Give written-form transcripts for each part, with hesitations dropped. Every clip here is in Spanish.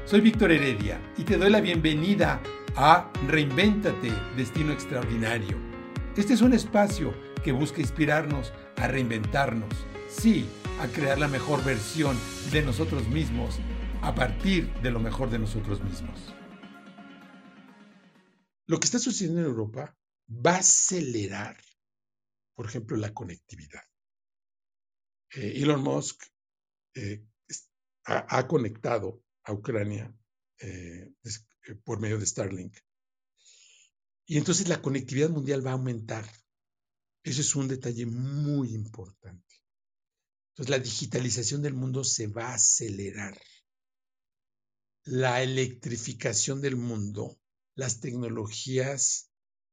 Soy Víctor Heredia y te doy la bienvenida a Reinvéntate, Destino Extraordinario. Este es un espacio que busca inspirarnos a reinventarnos, sí, a crear la mejor versión de nosotros mismos a partir de lo mejor de nosotros mismos. Lo que está sucediendo en Europa va a acelerar, por ejemplo, la conectividad. Elon Musk ha conectado a Ucrania por medio de Starlink. Y entonces la conectividad mundial va a aumentar. Eso es un detalle muy importante. Entonces la digitalización del mundo se va a acelerar. La electrificación del mundo, las tecnologías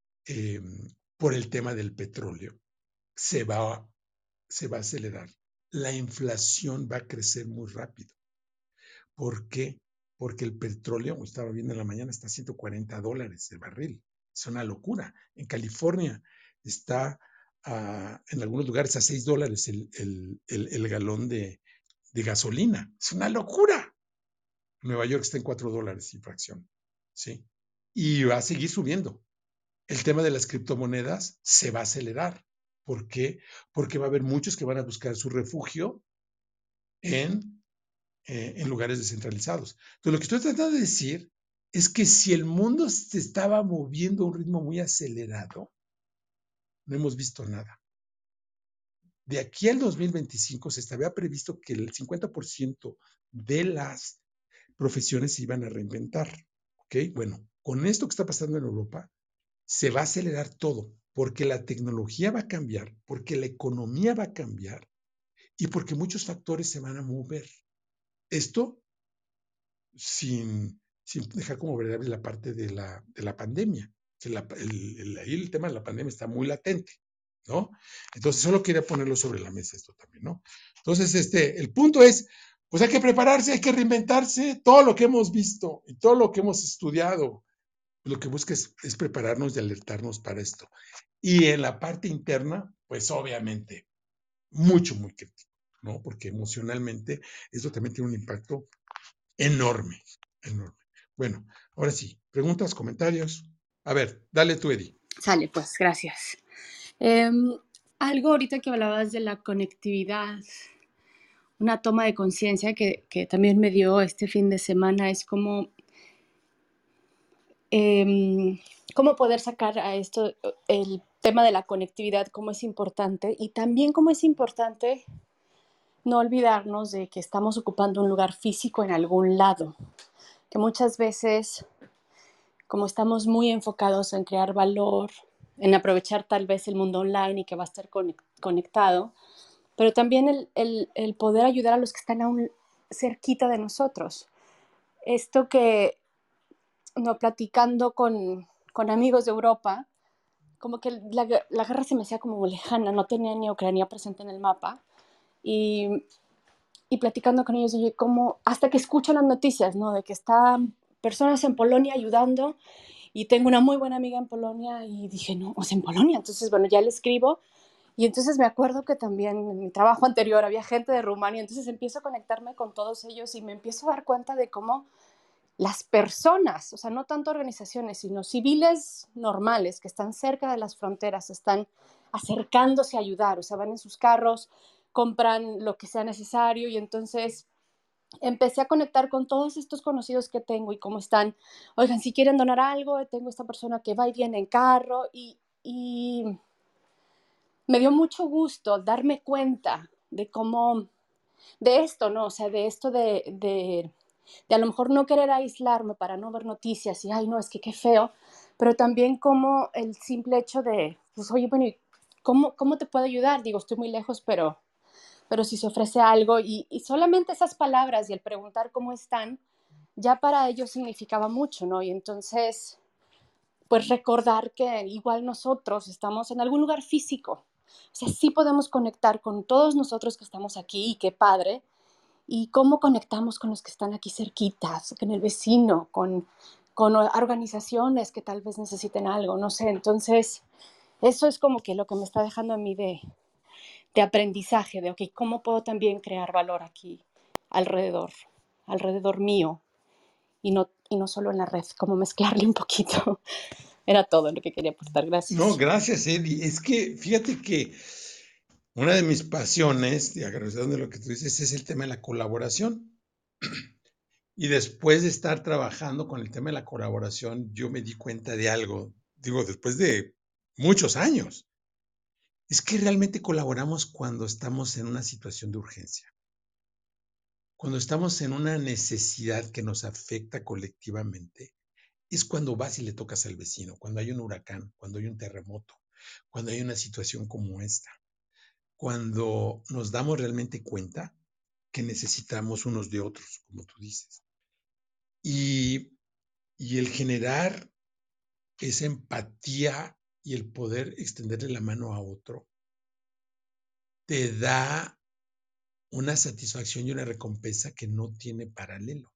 por el tema del petróleo, se va a acelerar. La inflación va a crecer muy rápido. ¿Por qué? Porque el petróleo, estaba viendo en la mañana, está a $140 el barril. Es una locura. En California está en algunos lugares a $6 el galón de gasolina. Es una locura. Nueva York está en $4 y fracción. ¿Sí? Y va a seguir subiendo. El tema de las criptomonedas se va a acelerar. ¿Por qué? Porque va a haber muchos que van a buscar su refugio en lugares descentralizados. Entonces, lo que estoy tratando de decir es que si el mundo se estaba moviendo a un ritmo muy acelerado, no hemos visto nada. De aquí al 2025 se estaba previsto que el 50% de las profesiones se iban a reinventar. ¿Ok? Bueno, con esto que está pasando en Europa, se va a acelerar todo, porque la tecnología va a cambiar, porque la economía va a cambiar y porque muchos factores se van a mover. Esto sin dejar como variable la parte de la pandemia. Ahí el tema de la pandemia está muy latente, ¿no? Entonces, solo quería ponerlo sobre la mesa esto también, ¿no? Entonces, el punto es, pues hay que prepararse, hay que reinventarse, todo lo que hemos visto y todo lo que hemos estudiado, lo que busca es prepararnos y alertarnos para esto. Y en la parte interna, pues obviamente, muy crítico, ¿no? Porque emocionalmente esto también tiene un impacto enorme, enorme. Bueno, ahora sí, preguntas, comentarios. A ver, dale tú, Eddie. Sale, pues, gracias. Algo ahorita que hablabas de la conectividad, una toma de conciencia que también me dio este fin de semana es cómo poder sacar a esto el tema de la conectividad, cómo es importante y también cómo es importante no olvidarnos de que estamos ocupando un lugar físico en algún lado, que muchas veces, como estamos muy enfocados en crear valor, en aprovechar tal vez el mundo online y que va a estar conectado, pero también el poder ayudar a los que están aún cerquita de nosotros. Esto que, no, platicando con amigos de Europa, como que la guerra se me hacía como lejana, no tenía ni Ucrania presente en el mapa, y platicando con ellos, y como hasta que escucho las noticias, ¿no? De que están personas en Polonia ayudando, y tengo una muy buena amiga en Polonia, y dije, no, o sea, en Polonia, entonces, bueno, ya le escribo, y entonces me acuerdo que también en mi trabajo anterior había gente de Rumania, entonces empiezo a conectarme con todos ellos y me empiezo a dar cuenta de cómo las personas, o sea, no tanto organizaciones, sino civiles normales que están cerca de las fronteras, están acercándose a ayudar, o sea, van en sus carros, compran lo que sea necesario y entonces empecé a conectar con todos estos conocidos que tengo y cómo están, oigan, si quieren donar algo, tengo esta persona que va y viene en carro y me dio mucho gusto darme cuenta de cómo, de esto, ¿no? O sea, de esto de a lo mejor no querer aislarme para no ver noticias y, ay, no, es que qué feo, pero también como el simple hecho de, pues, oye, bueno, ¿cómo te puedo ayudar? Digo, estoy muy lejos, pero si se ofrece algo y solamente esas palabras y el preguntar cómo están, ya para ellos significaba mucho, ¿no? Y entonces, pues recordar que igual nosotros estamos en algún lugar físico, o sea, sí podemos conectar con todos nosotros que estamos aquí y qué padre, y cómo conectamos con los que están aquí cerquitas, con el vecino, con organizaciones que tal vez necesiten algo, no sé. Entonces, eso es como que lo que me está dejando a mí de aprendizaje, de, ok, ¿cómo puedo también crear valor aquí alrededor mío? y no solo en la red, como mezclarle un poquito. Era todo lo que quería aportar. No, Gracias. gracias, Eddie. Es que fíjate que una de mis pasiones, y agradeciendo lo que tú dices, es el tema de la colaboración. Y después de estar trabajando con el tema de la colaboración, yo me di cuenta de algo, digo, después de muchos años, es que realmente colaboramos cuando estamos en una situación de urgencia, cuando estamos en una necesidad que nos afecta colectivamente, es cuando vas y le tocas al vecino, cuando hay un huracán, cuando hay un terremoto, cuando hay una situación como esta, cuando nos damos realmente cuenta que necesitamos unos de otros, como tú dices. Y, y el generar esa empatía y el poder extenderle la mano a otro, te da una satisfacción y una recompensa que no tiene paralelo.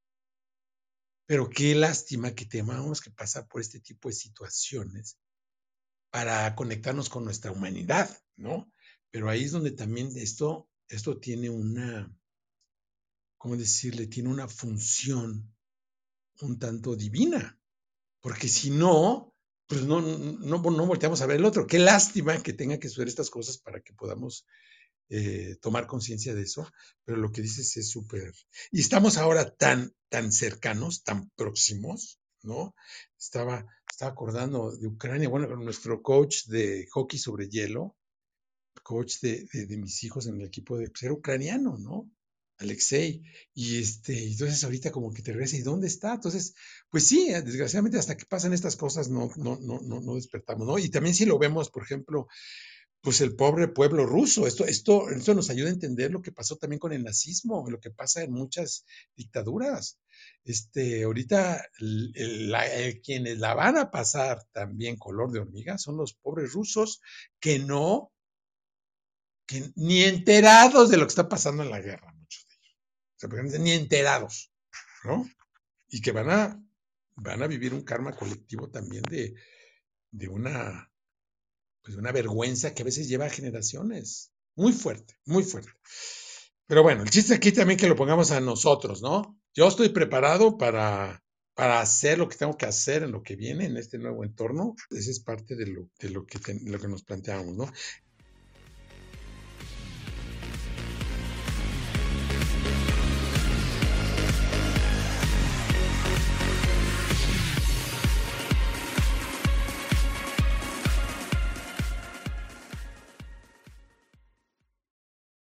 Pero qué lástima que tengamos que pasar por este tipo de situaciones para conectarnos con nuestra humanidad, ¿no? Pero ahí es donde también esto tiene una, ¿cómo decirle? Tiene una función un tanto divina, porque si no, pues no volteamos a ver el otro. Qué lástima que tenga que suceder estas cosas para que podamos tomar conciencia de eso, pero lo que dices es súper. Y estamos ahora tan cercanos, tan próximos, ¿no? Estaba acordando de Ucrania, bueno, nuestro coach de hockey sobre hielo, coach de mis hijos en el equipo de, pues era ucraniano, ¿no? Alexei. Entonces ahorita como que te regresa, ¿y dónde está? Entonces, pues sí, desgraciadamente hasta que pasan estas cosas no despertamos, ¿no? Y también si lo vemos, por ejemplo, pues el pobre pueblo ruso. Esto nos ayuda a entender lo que pasó también con el nazismo, lo que pasa en muchas dictaduras. Ahorita quienes la van a pasar también color de hormiga son los pobres rusos que que ni enterados de lo que está pasando en la guerra, muchos de ellos. O sea, porque ni enterados, ¿no? Y que van a vivir un karma colectivo también de una pues una vergüenza que a veces lleva a generaciones. Muy fuerte, muy fuerte. Pero bueno, el chiste aquí también que lo pongamos a nosotros, ¿no? Yo estoy preparado para hacer lo que tengo que hacer en lo que viene, en este nuevo entorno. Esa es parte de lo que nos planteamos, ¿no?